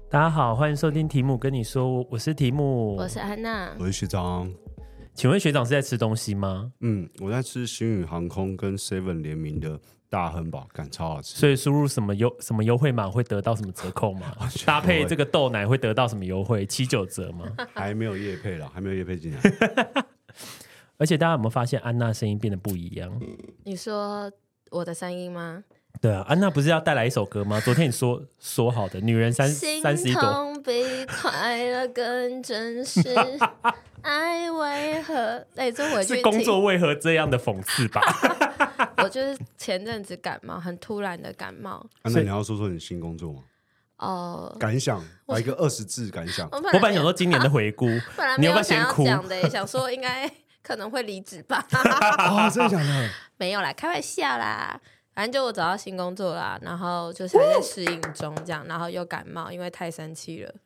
大家好，欢迎收听提姆跟你说，我是提姆， 我是安娜， 我是学长。 请问学长是在吃东西吗？ 我在吃星宇航空跟 Seven 联名的大汉堡，干超好吃。 所以输入什么优惠码会得到什么折扣吗？搭配这个豆奶会得到什么优惠？79折吗？ 还没有业配啦，还没有业配进来。 而且大家有没有发现安娜声音变得不一样？ 你说我的声音吗？ 对啊，安娜不是要带来一首歌吗？昨天你说好的，女人31朵， 心痛比快乐更真实，爱为何？这回去是工作为何这样的讽刺吧？ 我就是前阵子感冒，很突然的感冒。 那你要说说你新工作吗？感想，来一个20字感想。 我本来想说今年的回顾， 本来你要不要没有想要先哭？ 讲的，想说应该可能会离职吧。 真的假的？ 没有啦，开玩笑啦。反正就我找到新工作啦，然后就是还在适应中这样，然后又感冒，因为太生气了。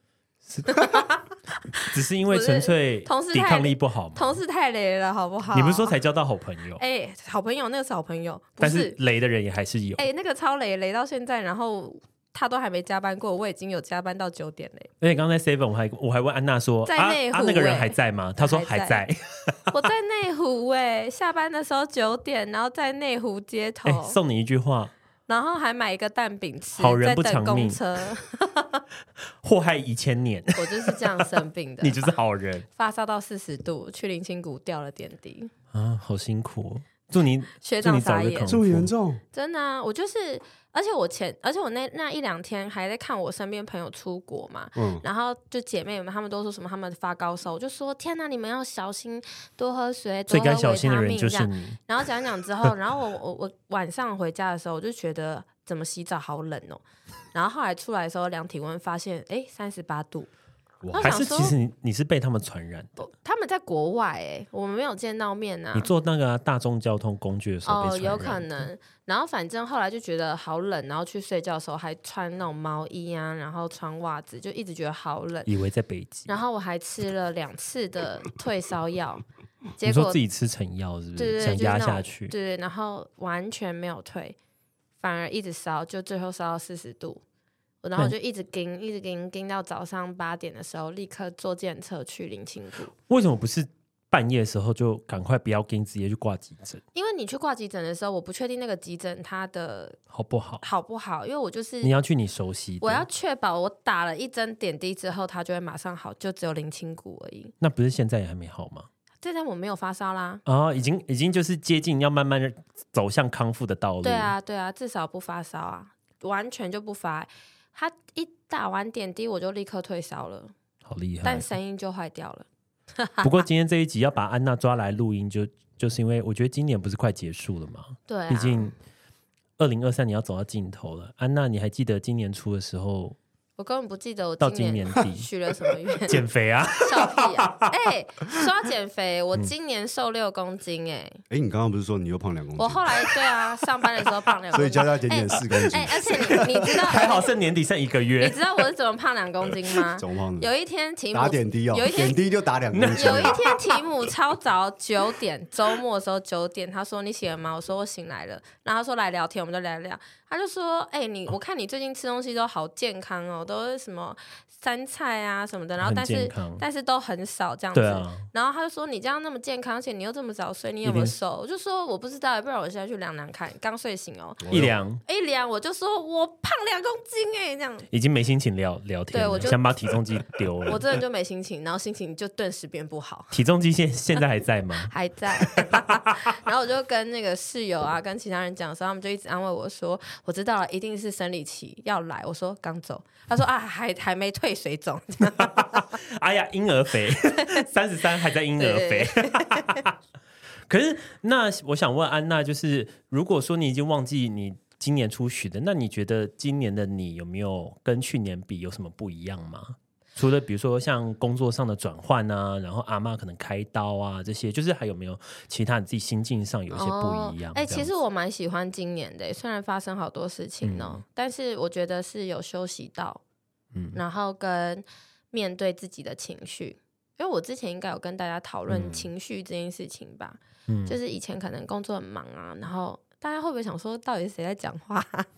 只是因为纯粹抵抗力不好吗？ 同事太雷了，好不好？ 你不是说才交到好朋友？ 好朋友那个是好朋友， 但是雷的人也还是有。 那个超雷到现在，然后他都还没加班过，我已经有加班到9点嘞。 而且刚才 Seven 我还问安娜说， 在内湖那个人还在吗？他说还在。 我在内湖下班的时候9点，然后在内湖街头。 送你一句话。 然后还买一个蛋饼吃， 好人不长命， 在等公车， 祸害1000年。 我就是这样生病的。 你就是好人。 发烧到40度，去林清谷吊了点滴啊，好辛苦。祝你学长傻眼， 这么严重？ 真的啊，我就是，而且我那1-2天还在看我身边朋友出国嘛，然后就姐妹们她们都说什么他们发高烧，我就说天哪，你们要小心，多喝水，多喝维他命，最该小心的人就是你。然后讲之后，然后我晚上回家的时候，我就觉得怎么洗澡好冷哦，然后后来出来的时候量体温，发现38度。 还是其实你是被他们传染的？ 他们在国外我们没有见到面啊。 你坐那个大众交通工具的时候被传染有可能。然后反正后来就觉得好冷，然后去睡觉的时候还穿那种毛衣啊，然后穿袜子，就一直觉得好冷， 以为在北极。 然后我还吃了2次的退烧药，结果你说自己吃成药是不是？ 对， 想压下去。 对，然后完全没有退，反而一直烧，就最后烧到40度。然后我就一直盯到早上8点的时候，立刻坐计程车去林清谷。 为什么不是半夜的时候就赶快不要盯，直接去挂急诊？ 因为你去挂急诊的时候，我不确定那个急诊它的好不好，因为我就是你要去你熟悉的， 我要确保我打了1针点滴之后，它就会马上好，就只有林清谷而已。 那不是现在也还没好吗？ 现在我没有发烧啦。 已经就是接近要慢慢走向康复的道路。 对啊，至少不发烧啊，完全就不发。他一打完点滴我就立刻退烧了， 好厉害， 但声音就坏掉了。 不过今天这一集要把安娜抓来录音，就是因为我觉得今年不是快结束了吗？ 对啊， 毕竟2023年要走到尽头了。安娜，你还记得今年初的时候？ 我根本不记得我到今年底许了什么愿。 减肥啊， 笑屁啊！说到减肥，我今年瘦6公斤你刚刚不是说你又胖2公斤？ 我后来对啊，上班的时候胖2公斤， 所以加减4公斤。 而且你知道， 还好剩年底剩1个月。 你知道我是怎么胖2公斤吗？ 怎么胖的？ 有一天提姆打点滴有一天点滴就打2公斤。 有一天提姆超早9点，周末的时候9点，他说你醒了吗？我说我醒来了，然后他说来聊天，我们就聊聊。他就说我看你最近吃东西都好健康哦，都是什么3菜啊什么的，然后但是都很少这样子。然后他就说你这样那么健康，而且你又这么早睡，你有没有瘦？我就说我不知道，不然我现在去量量看。刚睡醒哦， 一量， 我就说我胖2公斤这样已经没心情聊天了，对，我就想把体重机丢了。 我真的就没心情，然后心情就顿时变不好。 体重机现在还在吗？ 还在。然后我就跟那个室友啊，跟其他人讲的时候，他们就一直安慰我说，我知道了，一定是生理期要来。我说刚走，他说还没退水肿。 哎呀，婴儿肥，33还在婴儿肥。可是那我想问安娜，就是如果说你已经忘记你今年初许的，那你觉得今年的你有没有跟去年比有什么不一样吗？除了比如说像工作上的转换啊，然后阿嬷可能开刀啊这些，就是还有没有其他你自己心境上有一些不一样？ 其实我蛮喜欢今年的，虽然发生好多事情但是我觉得是有休息到，然后跟面对自己的情绪。因为我之前应该有跟大家讨论情绪这件事情吧，就是以前可能工作很忙啊，然后大家会不会想说到底是谁在讲话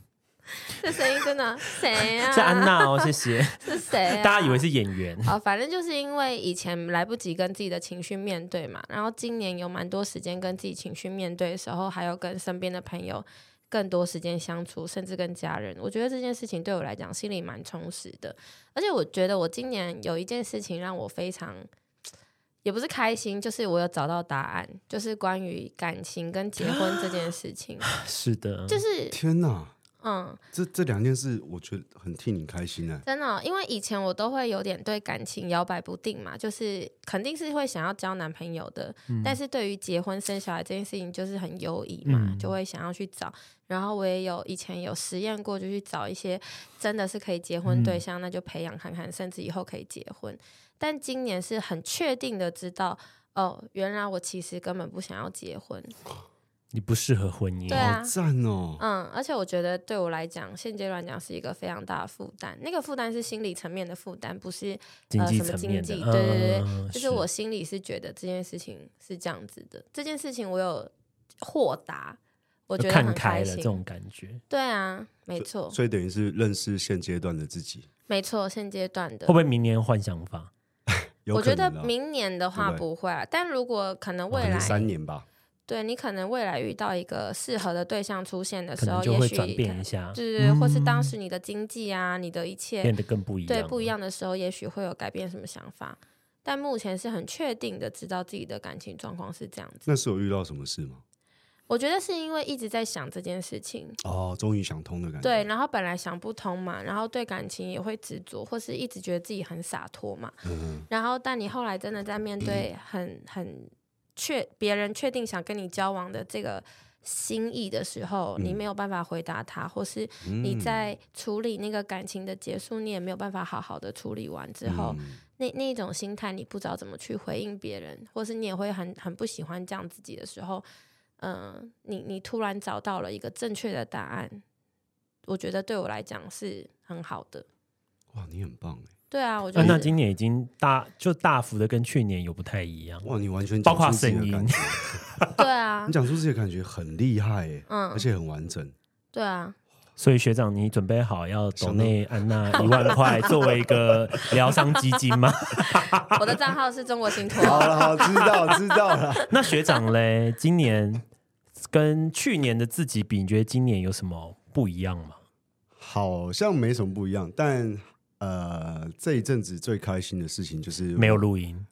这声音真的谁啊？ 是安娜哦，谢谢。 是谁啊？ 大家以为是演员。 反正就是因为以前来不及跟自己的情绪面对嘛，然后今年有蛮多时间跟自己情绪面对的时候，还有跟身边的朋友更多时间相处，甚至跟家人，我觉得这件事情对我来讲心里蛮充实的。而且我觉得我今年有一件事情让我非常也不是开心，就是我有找到答案，就是关于感情跟结婚这件事情。 是的， 就是天哪，这两件事我觉得很替你开心啊， 真的因为以前我都会有点对感情摇摆不定嘛，就是肯定是会想要交男朋友的，但是对于结婚生小孩这件事情就是很犹疑嘛，就会想要去找。然后我也以前有实验过，就去找一些真的是可以结婚对象，那就培养看看，甚至以后可以结婚。但今年是很确定的知道，原来我其实根本不想要结婚。 你不适合婚姻。 对啊， 好赞哦。 而且我觉得对我来讲，现阶段讲是一个非常大的负担。那个负担是心理层面的负担，不是经济什么层面的。 经济。对对对，就是我心里是觉得这件事情是这样子的。这件事情我有豁达，我觉得很开心。 看开了这种感觉。 对啊，没错。 所以等于是认识现阶段的自己。 没错，现阶段的。 会不会明年换想法？ 有我觉得可能明年的话不会啊，但如果可能未来 3年吧。 对，你可能未来遇到一个适合的对象出现的时候， 可能就会转变一下， 对，或是当时你的经济啊，你的一切变得更不一样， 对，不一样的时候，也许会有改变什么想法。但目前是很确定的，知道自己的感情状况是这样子。 那时候遇到什么事吗？ 我觉得是因为一直在想这件事情， 终于想通的感觉。 对，然后本来想不通嘛，然后对感情也会执着，或是一直觉得自己很洒脱嘛。然后但你后来真的在面对别人确定想跟你交往的这个心意的时候，你没有办法回答他，或是你在处理那个感情的结束，你也没有办法好好的处理完之后，那一种心态你不知道怎么去回应别人，或是你也会很不喜欢这样自己的时候，你突然找到了一个正确的答案，我觉得对我来讲是很好的。 哇，你很棒哎。 对啊，我觉得那今年已经大幅的跟去年有不太一样。 哇，你完全包括声音， 对啊， 你讲出自己的感觉很厉害哎，而且很完整。 对啊， 所以学长，你准备好要抖内安娜1万块作为一个疗伤基金吗？ 我的账号是中国信托。 好了，好，知道了。 那学长嘞，今年跟去年的自己比，你觉得今年有什么不一样吗？ 好像没什么不一样，但这一阵子最开心的事情就是没有录音。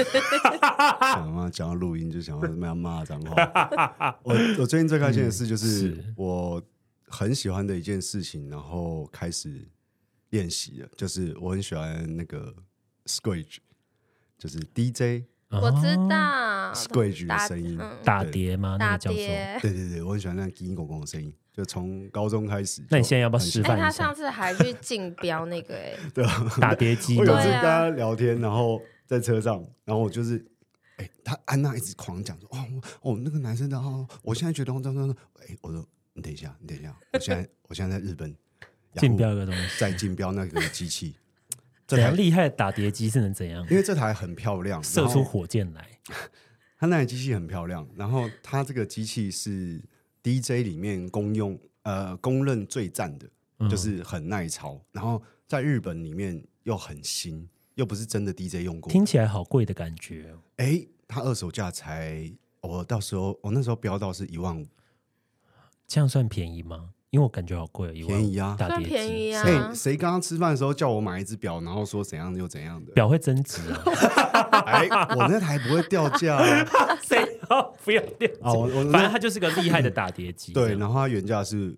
讲到录音就想要骂脏话。我最近最开心的事就是我很喜欢的一件事情，然后开始练习了，就是我很喜欢那个 Scratch， 就是 DJ。 我知道 Scratch 的声音， 打碟吗？那个叫做对，我很喜欢那个叮叮咣咣的声音，就从高中开始。 那你现在要不要示范一下？ 他上次还去竞标那个对啊， 打碟机。 我有次跟他聊天，然后在车上，然后我就是安娜一直狂讲说那个男生的我现在觉得我说你等一下，我现在在日本竞标一个东西， 在竞标那个机器。 怎样厉害的打碟机是能怎样？ 因为这台很漂亮， 射出火箭来。 它那台机器很漂亮，然后它这个机器是 DJ 里面公认最赞的，就是很耐潮，然后在日本里面又很新，又不是真的 DJ 用过， 听起来好贵的感觉。 它二手价才我那时候标到是15000， 这样算便宜吗？因为我感觉好贵，15000 便宜啊， 算便宜啊。 谁刚刚吃饭的时候叫我买一只表，然后说怎样又怎样的？ 表会增值啊！ 我那台不会掉价啊， 谁不要掉价？反正它就是个厉害的打碟机。 对，然后它原价是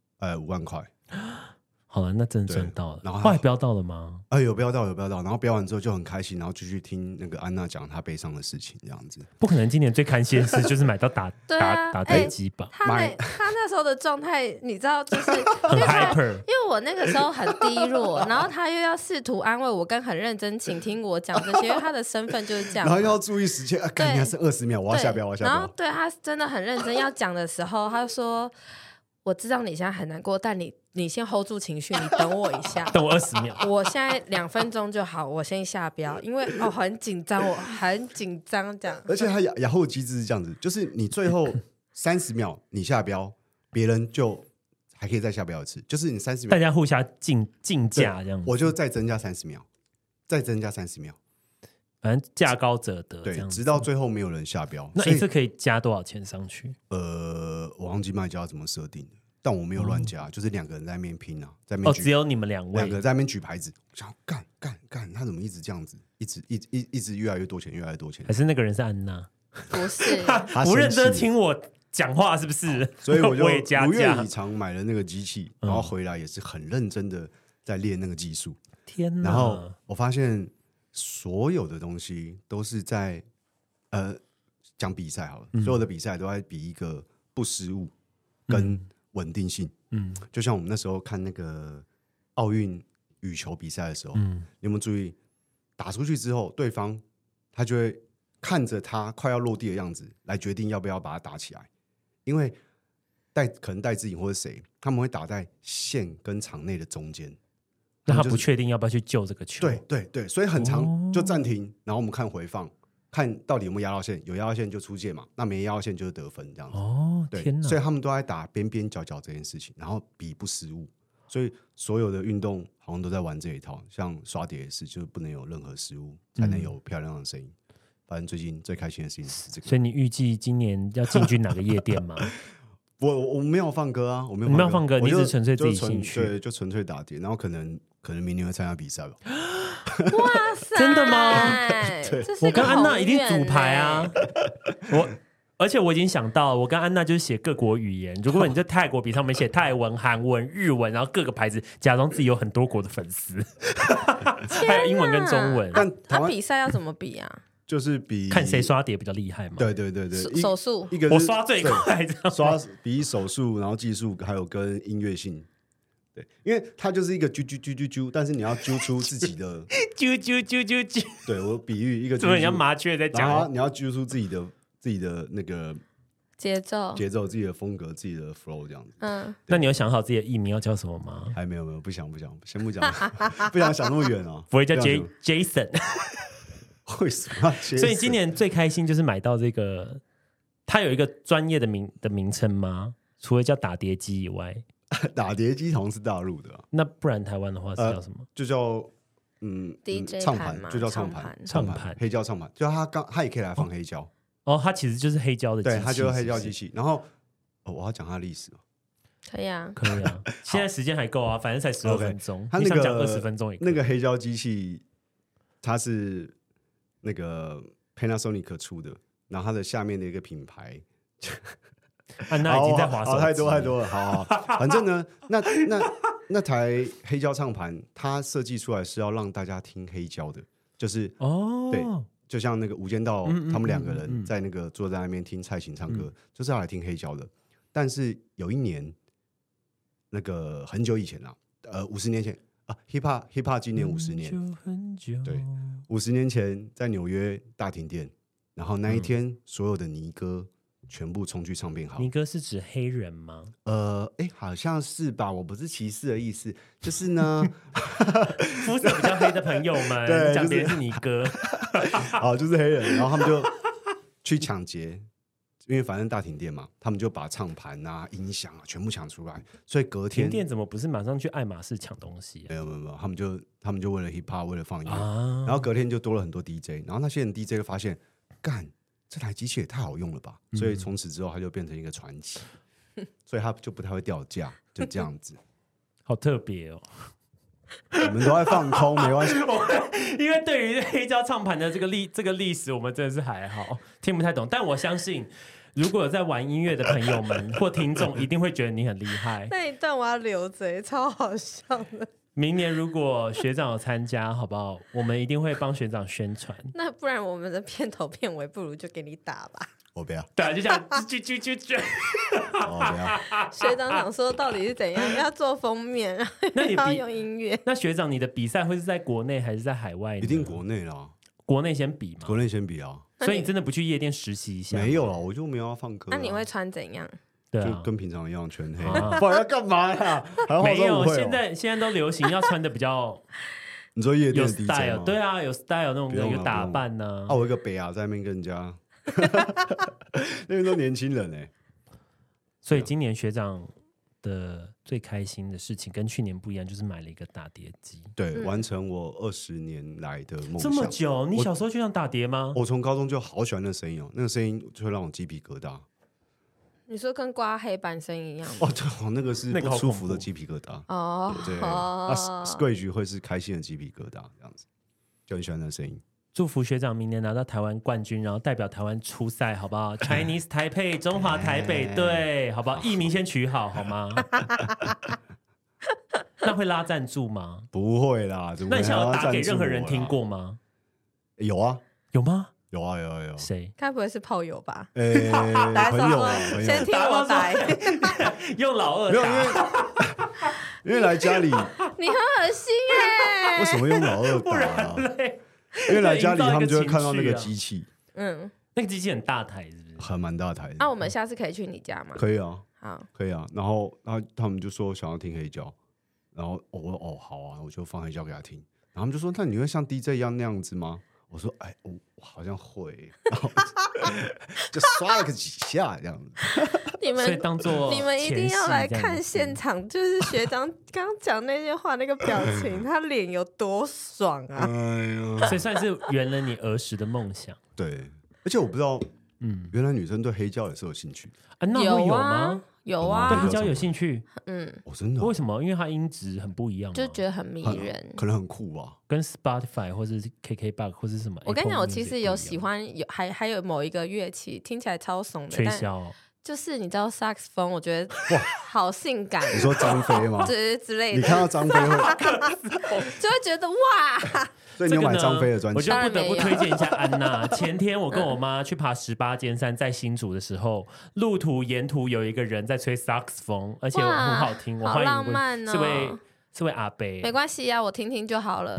5万块。 好了，那真的赚到了。 然后后来标到了吗？ 有标到，然后标完之后就很开心，然后继续听那个安娜讲她悲伤的事情，这样子。 不可能，今年最开心的事就是买到打碟机吧？ 他那时候的状态，你知道，就是很 hyper， 因为我那个时候很低落，然后他又要试图安慰我，跟很认真倾听我讲这些，因为他的身份就是这样。 然后要注意时间，看你还剩20秒，我要下标。 然后对他真的很认真要讲的时候，他就说：“我知道你现在很难过，但你先 hold 住情绪，你等我一下， 等我20秒， 我现在2分钟就好，我先下标，因为很紧张，我很紧张这样。 而且他雅虎机制是这样子，就是你最后30秒你下标，别人就还可以再下标一次，就是你30秒， 大家互相竞价这样子， 我就再增加30秒，再增加30秒， 反正价高者得， 对，直到最后没有人下标。 那一次可以加多少钱上去？ 我忘记卖家怎么设定的，但我没有乱加，就是2个人在那边拼啊，在那边只有你们2位 ，2个在那边举牌子，我想干，他怎么一直这样子，一直越来越多钱，越来越多钱？ 还是那个人是安娜？ 不是， 不认真听我讲话是不是？ 所以我就也加如愿价以偿买了那个机器，然后回来也是很认真的在练那个技术。 天哪！ 然后我发现所有的东西都是在讲比赛好了，所有的比赛都在比一个不失误跟稳定性。就像我们那时候看那个奥运羽球比赛的时候，你有没有注意打出去之后，对方他就会看着他快要落地的样子来决定要不要把它打起来，因为可能戴资颖或者谁，他们会打在线跟场内的中间， 那他不确定要不要去救这个球。 对，所以很长就暂停，然后我们看回放，看到底有没有压到线，有压到线就出界嘛，那没压到线就是得分这样子。对， 天哪！ 所以他们都在打边边角角这件事情，然后比不失误。所以所有的运动好像都在玩这一套，像刷碟也是，就是不能有任何失误，才能有漂亮的声音。反正最近最开心的事情是这个。 所以你预计今年要进军哪个夜店吗？ 我没有放歌啊，我没有放歌， 你只纯粹自己兴趣， 对，就纯粹打碟，然后可能明年会参加比赛吧。 哇塞， 真的吗？ 对， 我跟安娜一定组牌啊！而且我已经想到，我跟安娜就是写各国语言。如果你在泰国比赛，我们写泰文、韩文、日文，然后各个牌子，假装自己有很多国的粉丝，还有英文跟中文。 但他比赛要怎么比啊？ 就是比看谁刷碟比较厉害嘛。 对， 手速一个我刷最快， 刷比手速，然后技术，还有跟音乐性。对，因为它就是一个啾啾啾啾啾，但是你要揪出自己的啾啾啾啾啾。 对，我比喻一个， 怎么像麻雀在讲？ 你要揪出自己的那个节奏、 自己的风格、自己的 flow 这样子。 那你有想好自己的艺名要叫什么吗？ 还没有，不想，先不讲，不想想那么远哦。 不会叫 Jason。 为什么？ 所以今年最开心就是买到这个，它有一个专业的名称吗？除了叫打碟机以外， 打碟机好像是大陆的， 那不然台湾的话是叫什么？ 就叫 DJ 唱盘，就叫唱盘，黑胶唱盘，就它也可以来放黑胶。 它其实就是黑胶的机器， 对，它就是黑胶机器。然后我要讲它的历史。 可以啊， 现在时间还够啊，反正才12分钟。 它那个你想讲20分钟也可以。 那个黑胶机器，它是那个 Panasonic 出的，然后它的下面的一个品牌， 安娜已经在滑手机， 太多了，好，反正呢，那台黑胶唱盘，它设计出来是要让大家听黑胶的，就是对，就像那个《无间道》，他们2个人在那个坐在那边听蔡琴唱歌，就是要来听黑胶的。但是有一年，那个很久以前啦，50年前啊 ，Hip Hop 今年50年，对，50年前在纽约大停电，然后那一天所有的尼哥全部冲去唱片行。 尼哥是指黑人吗？ 好像是吧，我不是歧视的意思，就是呢， 肤色比较黑的朋友们， 对， 讲别人是尼哥， 就是黑人，然后他们就去抢劫。因为反正大停电嘛，他们就把唱盘啊、音响啊全部抢出来，所以隔天停电怎么不是马上去爱马仕抢东西？ 没有，他们就为了 hip hop 为了放音乐，然后隔天就多了很多 DJ， 然后那些人 DJ 就发现，干这台机器也太好用了吧，所以从此之后它就变成一个传奇，所以它就不太会掉价，就这样子， 好特别哦。 我们都在放空，没关系。 因为对于黑胶唱盘的这个历史，我们真的是还好听不太懂，但我相信。如果有在玩音乐的朋友们或听众，一定会觉得你很厉害。 那一段我要留着，超好笑的。 明年如果学长有参加，好不好？我们一定会帮学长宣传。 那不然我们的片头片尾不如就给你打吧。 我不要。 对，就这样，啾。 我不要。 学长想说到底是怎样要做封面， 那你要用音乐。 那学长，你的比赛会是在国内还是在海外呢？ 一定国内啦。 国内先比嘛。 国内先比啊。 所以你真的不去夜店实习一下？ 没有啊，我就没有要放歌。 那你会穿怎样？ 对啊，就跟平常一样全黑。不然要干嘛呀？ 没有，现在都流行要穿的比较。 你说夜店有 DJ style， 吗？ 对啊，有 style 那种有打扮呢。 我一个北啊，在那边跟人家，那边都年轻人哎。 所以今年学长的最开心的事情，跟去年不一样，就是买了一个打碟机。 对，完成我20年来的梦想。 这么久，你小时候就想打碟吗？ 我从高中就好喜欢那声音哦，那个声音就会让我鸡皮疙瘩。 你说跟刮黑板声一样吗？ 哦，对，那个是不舒服的鸡皮疙瘩。 哦， 对，那 Scratch 会是开心的鸡皮疙瘩，这样子，就很喜欢那声音。 祝福学长明年拿到台湾冠军，然后代表台湾出赛，好不好？Chinese 台北，中华台北队，好不好？艺名先取好，好吗？那会拉赞助吗？ 不会啦， 那你想要打给任何人听过吗？ 有啊， 有吗？ 有啊。 谁？ 该不会是炮友吧？ 朋友， 先听我打， 用老二打， 因为来家里， 你很恶心耶！ 为什么用老二打啊？因为来家里他们就会看到那个机器， 那个机器很大台，是不是？ 还蛮大台的。 那我们下次可以去你家吗？ 可以啊， 好， 可以啊。然后他们就说想要听黑胶，然后我说哦好啊，我就放黑胶给他听。然后他们就说那你会像 DJ 一样那样子吗？我说哎，我好像会，然后就刷了个几下这样子。 所以当做你们一定要来看现场，就是学长刚刚讲那些话，那个表情，他脸有多爽啊！ 哎呀， 所以算是圆了你儿时的梦想。 对，而且我不知道，原来女生对黑胶也是有兴趣啊？那会有吗？ 有啊， 对黑胶有兴趣。 真的？ 为什么？因为它音质很不一样， 就觉得很迷人， 可能很酷吧。 跟 Spotify 或是 KKBOX 或是什么。 我跟你讲，我其实有喜欢还有某一个乐器，听起来超怂的， 吹箫。 就是你知道萨克斯风，我觉得哇，好性感。 你说张飞吗？ 对之类的。 你看到张飞会就会觉得哇。 所以你有买张飞的专辑？ 我就不得不推荐一下安娜。前天我跟我妈去爬18尖山，在新竹的时候，路途沿途有一个人在吹萨克斯风，而且很好听。我好浪漫哦，是位阿伯。 没关系啊，我听听就好了。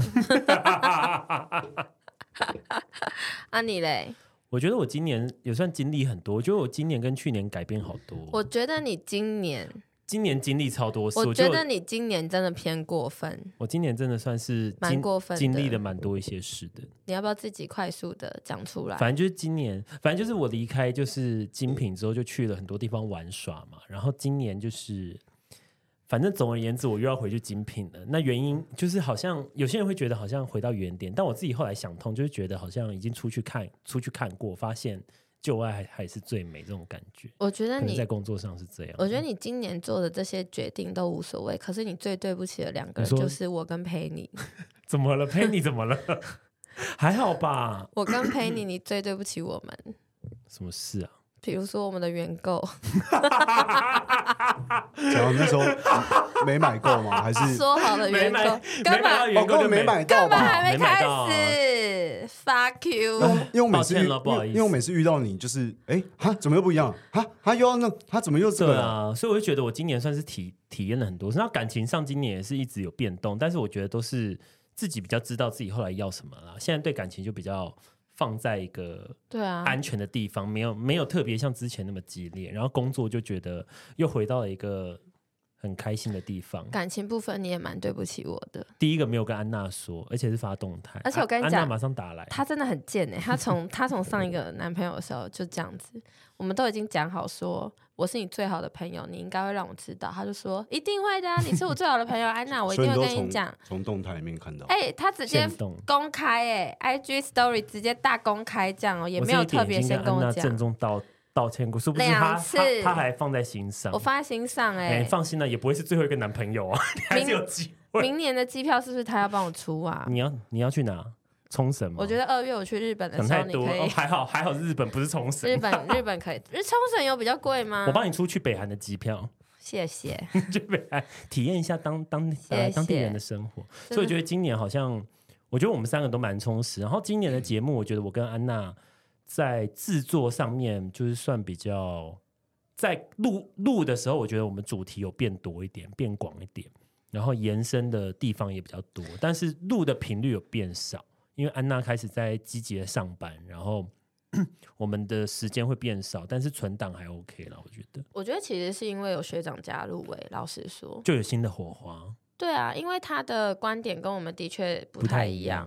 啊，你嘞？ 我觉得我今年也算经历很多，我觉得我今年跟去年改变好多。 我觉得你今年经历超多事， 我觉得你今年真的偏过分。 我今年真的算是蛮过分的， 经历了蛮多一些事的。 你要不要自己快速的讲出来？ 反正就是今年，反正就是我离开就是精品之后，就去了很多地方玩耍嘛。然后今年就是，反正总而言之，我又要回去精品了。那原因就是好像有些人会觉得好像回到原点，但我自己后来想通，就是觉得好像已经出去看过，发现旧爱还是最美这种感觉。 我觉得你在工作上是这样。 我觉得你今年做的这些决定都无所谓，可是你最对不起的两个人就是我跟佩妮。 怎么了？佩妮怎么了？还好吧。 我跟佩妮，你最对不起我们。 什么事啊？ 比如说我们的原购。 然后那时候没买够吗？还是说好的原购根本没买到吧？ 根本还没开始。Fuck you！ 因为我每次遇到你就是怎么又不一样？又要那怎么又这个？ 对啊，所以我就觉得我今年算是体验了很多。那感情上今年也是一直有变动，但是我觉得都是自己比较知道自己后来要什么啦。现在对感情就比较放在一个安全的地方，没有特别像之前那么激烈。然后工作就觉得又回到了一个很开心的地方。 感情部分你也蛮对不起我的。 第一个没有跟安娜说，而且是发动态。 而且我跟你讲， 安娜马上打来， 她真的很贱哎！她从上一个男朋友的时候就这样子，我们都已经讲好说我是你最好的朋友，你应该会让我知道。他就说一定会的啊，你是我最好的朋友，安娜，我一定会跟你讲。 从动态里面看到， 他直接公开IG Story 直接大公开这样也没有特别先跟我讲。 郑重道歉过，是不是他还放在心上？ 我放在心上放心了，也不会是最后一个男朋友啊，你还是有机会。 明年的机票是不是他要帮我出啊？ 你要去哪？冲绳吗？ 我觉得2月我去日本的时候，你可以还好日本不是冲绳。 日本可以，冲绳有比较贵吗？ 我帮你出去北韩的机票， 谢谢。 去北韩体验一下当地人的生活。所以我觉得今年好像，我觉得我们3个都蛮充实。然后今年的节目，我觉得我跟安娜在制作上面就是算比较，在录的时候，我觉得我们主题有变多一点，变广一点，然后延伸的地方也比较多，但是录的频率有变少。因为安娜开始在积极的上班，然后我们的时间会变少，但是存档还 OK 啦，我觉得其实是因为有学长加入老实说就有新的火花。 对啊，因为他的观点跟我们的确不太一样。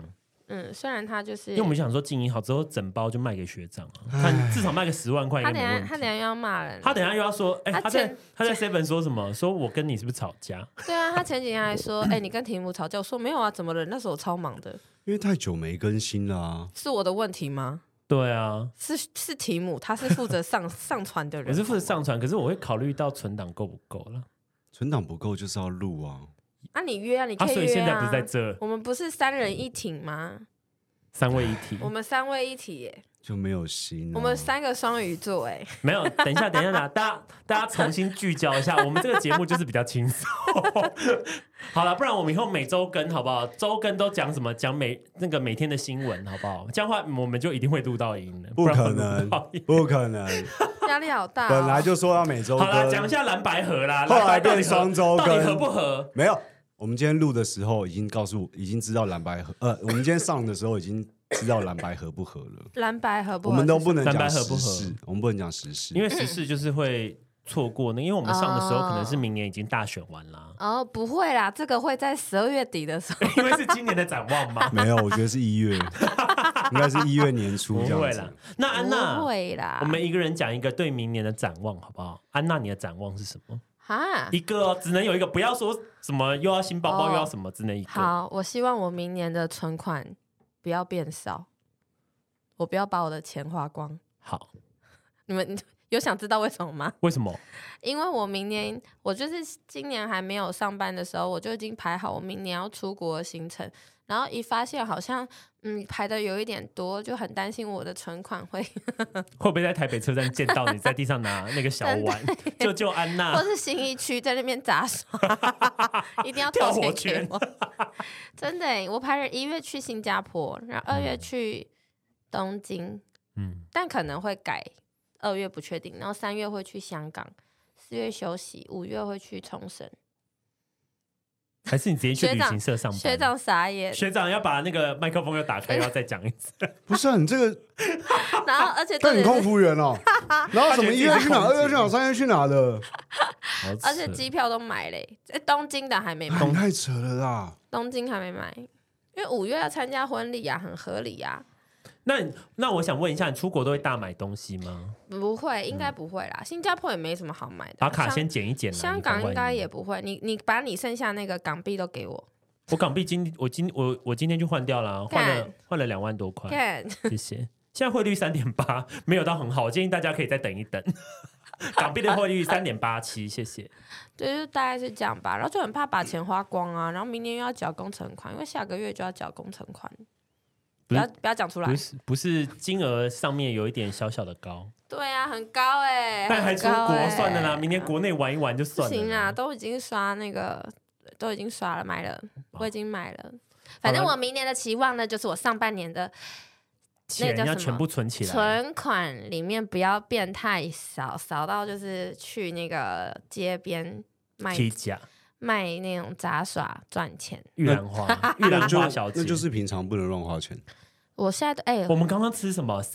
虽然他就是因为我们想说经营好之后，整包就卖给学长看至少卖个10万块应他该没问题。 他等一下又要骂人， 他等一下又要说，他在 Seven 说什么？说我跟你是不是吵架？ 对啊，他前几天还说，你跟提姆吵架，我说没有啊，怎么了？那时候我超忙的， 因为太久没更新了啊。 是我的问题吗？ 对啊， 是提姆，他是负责上传的人， 我是负责上传，可是我会考虑到存档够不够了。 存档不够就是要录啊。 你约啊，你可以约啊。 所以现在不是在这， 我们不是3人1艇吗 ？3位一体， 我们3位1体耶， 就没有心、啊。 我们3个双鱼座哎， 没有。等一下，大家重新聚焦一下，我们这个节目就是比较轻松。好了，不然我们以后每周更好不好？周更都讲什么？讲每天的新闻好不好？这样的话我们就一定会录到音的。 不可能，不可能， 压力好大、哦。 本来就说要每周更。 好了，讲一下蓝白合啦， 后来变双周更， 到底合不合？ 没有。我们今天录的时候已经知道蓝白合，我们今天上的时候已经知道蓝白合不合了。 蓝白合不合， 我们都不能讲蓝白合不时事， 合， 我们不能讲时事， 因为时事就是会错过呢。因为我们上的时候可能是明年已经大选完啦。 哦，不会啦，这个会在12月底的时候， 因为是今年的展望嘛。 没有，我觉得是1月，应该是1月年初这样子。 不会啦。那安娜， 不会啦， 我们一个人讲一个对明年的展望好不好？安娜，你的展望是什么？一个哦，只能有一个，不要说什么又要新包包又要什么，只能一个。 好，我希望我明年的存款不要变少，我不要把我的钱花光。 好， 你们有想知道为什么吗？ 为什么？ 因为我明年，我就是今年还没有上班的时候，我就已经排好我明年要出国的行程，然后一发现好像排的有一点多，就很担心我的存款会不会在台北车站见到你在地上拿那个小碗救安娜， 或是信义区在那边杂耍，一定要跳投火圈钱给我。真的耶，我排了1月去新加坡，然后2月去东京，但可能会改，2月不确定，然后3月会去香港，4月休息，5月会去冲绳。 还是你直接去旅行社上班？ 学长傻眼， 学长要把那个麦克风又打开，又要再讲一次。 不是啊，你这个， 然后而且但你空服员哦，然后什么1月去哪，2月去哪，3月去哪的， 而且机票都买嘞，东京的还没买， 你太扯了啦， 东京还没买，因为5月要参加婚礼啊，很合理啊。 那我想问一下，你出国都会大买东西吗？ 不会，应该不会啦。新加坡也没什么好买的， 把卡先剪一剪。 香港应该也不会。你把你剩下那个港币都给我。 我港币我今天就换掉了，换了2万多块。谢谢。现在汇率3.8，没有到很好，我建议大家可以再等一等。港币的汇率3.87，谢谢。 对，就大概是这样吧。然后就很怕把钱花光啊，然后明年又要缴工程款，因为下个月就要缴工程款。不要讲出来， 不是金额上面有一点小小的高， 对啊，很高哎， 但还出国算了啦，明年国内玩一玩就算了。 不行啦，都已经刷了，买了，我已经买了。反正我明年的期望呢，就是我上半年的钱要全部存起来， 存款里面不要变太少，少到就是去那个街边卖那种杂耍赚钱。 玉兰花小姐， 那就是平常不能乱花钱。 我现在我们刚刚吃什么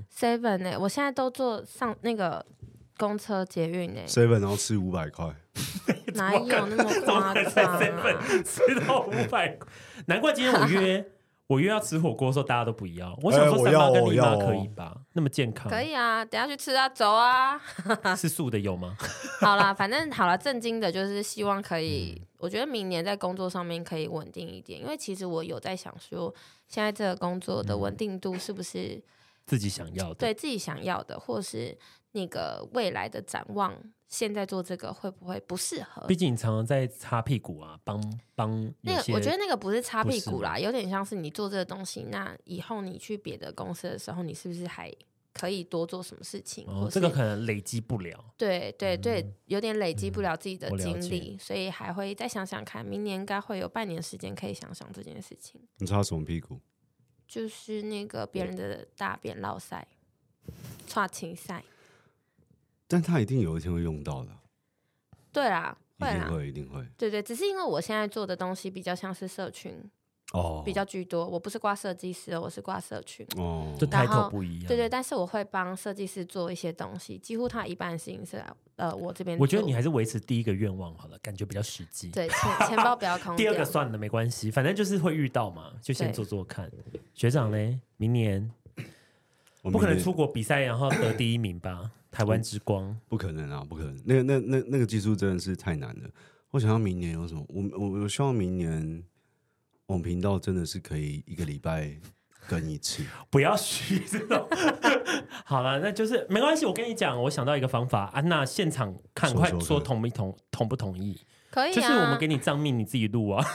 7 呢？我现在都坐上那个公车捷运呢 7，然后吃500块， 哪有那么夸张啊？ 吃到500块，难怪今天我约要吃火锅的时候大家都不要。我想说3妈跟你妈可以吧？那么健康， 可以啊，等一下去吃啊，走啊。 是素的有吗？ 好啦，反正好了，正经的就是希望可以，我觉得明年在工作上面可以稳定一点，因为其实我有在想说，现在这个工作的稳定度是不是自己想要的？ 对自己想要的，或是那个未来的展望，现在做这个会不会不适合？ 毕竟你常常在擦屁股啊，帮那个，我觉得那个不是擦屁股啦，有点像是你做这个东西，那以后你去别的公司的时候，你是不是还可以多做什么事情？ 这个可能累积不了。 对，有点累积不了自己的精力，所以还会再想想看，明年应该会有半年时间可以想想这件事情。 你擦什么屁股？ 就是那个别人的大便落塞，刷青塞。 但他一定有一天会用到的。 对啦， 一定会。 对，只是因为我现在做的东西比较像是社群比较居多。我不是挂设计师，我是挂社群。 就title不一样。 对，但是我会帮设计师做一些东西，几乎他一半的事情是我这边做。 我觉得你还是维持第一个愿望好了，感觉比较实际。 对，钱包不要空掉。 第二个算了，没关系，反正就是会遇到嘛，就先做做看。学长呢，明年不可能出国比赛然后得第1名吧？台湾之光不可能啊，不可能。那个技术真的是太难了。我想要明年有什么？我希望明年我们频道真的是可以1个礼拜更1次， 不要虚这种。好了，那就是没关系。我跟你讲，我想到一个方法，安娜现场看，快说同不同意？ 可以啊， 就是我们给你账面，你自己录啊。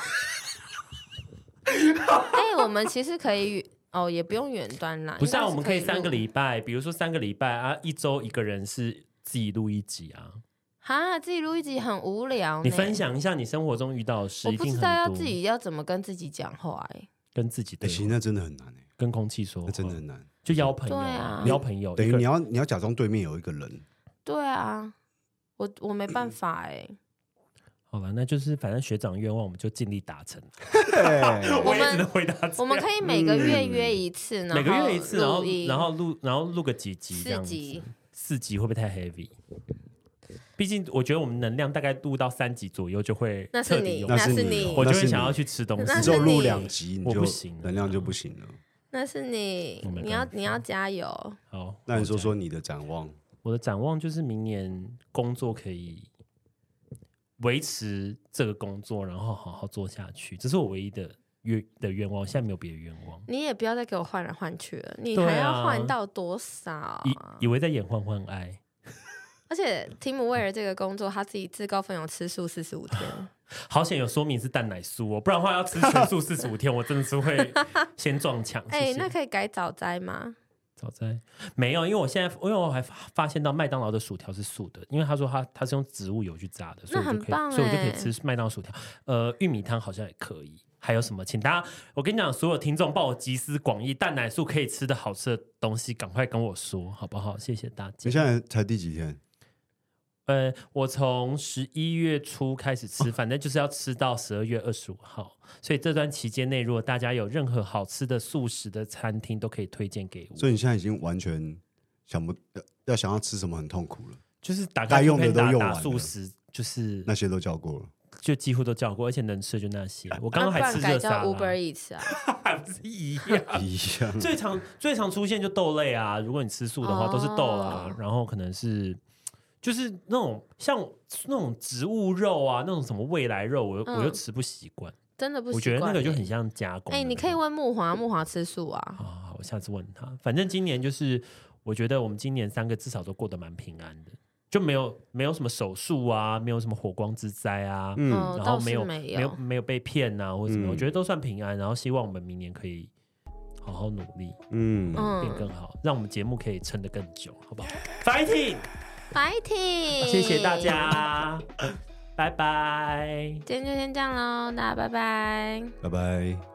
我们其实可以也不用远端啦。 不是啊，我们可以3个礼拜，比如说3个礼拜啊，1周1个人是自己录1集啊。 自己录1集很无聊。 你分享一下你生活中遇到的事， 我不知道自己要怎么跟自己讲话跟自己对话。 其实那真的很难跟空气说话， 那真的很难。 就邀朋友，邀朋友， 等于你要假装对面有一个人。 对啊，我没办法好了，那就是反正学长愿望我们就尽力达成。 我也只能回答这样。 我们可以每个月约1次， 每个月1次，然后录个几集这样子。4集会不会太 heavy？ 毕竟我觉得我们能量大概录到3集左右就会彻底用。 那是你， 我就会想要去吃东西。 只有录2集， 我不行， 能量就不行了。 那是你要加油。 好， 那你说说你的展望。 我的展望就是明年工作可以维持这个工作，然后好好做下去，这是我唯一的愿望。现在没有别的愿望。 你也不要再给我换来换去了，你还要换到多少？ 以为在演换换爱。 而且提姆为了这个工作，他自己自告奋勇吃素45天。 好险有说明是蛋奶素不然的话要吃全素45天，我真的是会先撞墙。 那可以改早斋吗？ 早斋没有，因为我还发现到麦当劳的薯条是素的，因为他说他是用植物油去炸的，所以我就可以吃麦当劳薯条。玉米汤好像也可以。还有什么？请大家，我跟你讲，所有听众帮我集思广益，蛋奶素可以吃的好吃的东西，赶快跟我说，好不好？谢谢大家。 你现在才第几天？ 我从11月初开始吃，反正就是要吃到12月25号，所以这段期间内，如果大家有任何好吃的素食的餐厅，都可以推荐给我。 所以你现在已经完全想要吃什么很痛苦了， 就是该用的都用完了， 素食就是那些都叫过了， 就几乎都叫过，而且能吃就那些。我刚刚还吃热沙拉 ，Uber Eats 还不是一样？最常出现就豆类啊，如果你吃素的话，都是豆啦，然后可能是。就是那种像那种植物肉啊，那种什么未来肉，我又吃不习惯， 真的不习惯。 我觉得那个就很像加工。 你可以问木华吃素啊。 好，我下次问他。反正今年就是，我觉得我们今年3个至少都过得蛮平安的，就没有什么手术啊，没有什么火光之灾啊，然后没有被骗啊或者什么，我觉得都算平安。然后希望我们明年可以好好努力，变更好，让我们节目可以撑得更久，好不好 ？Fighting！ 谢谢大家，拜拜。 今天就先这样喽，大家拜拜， 拜拜。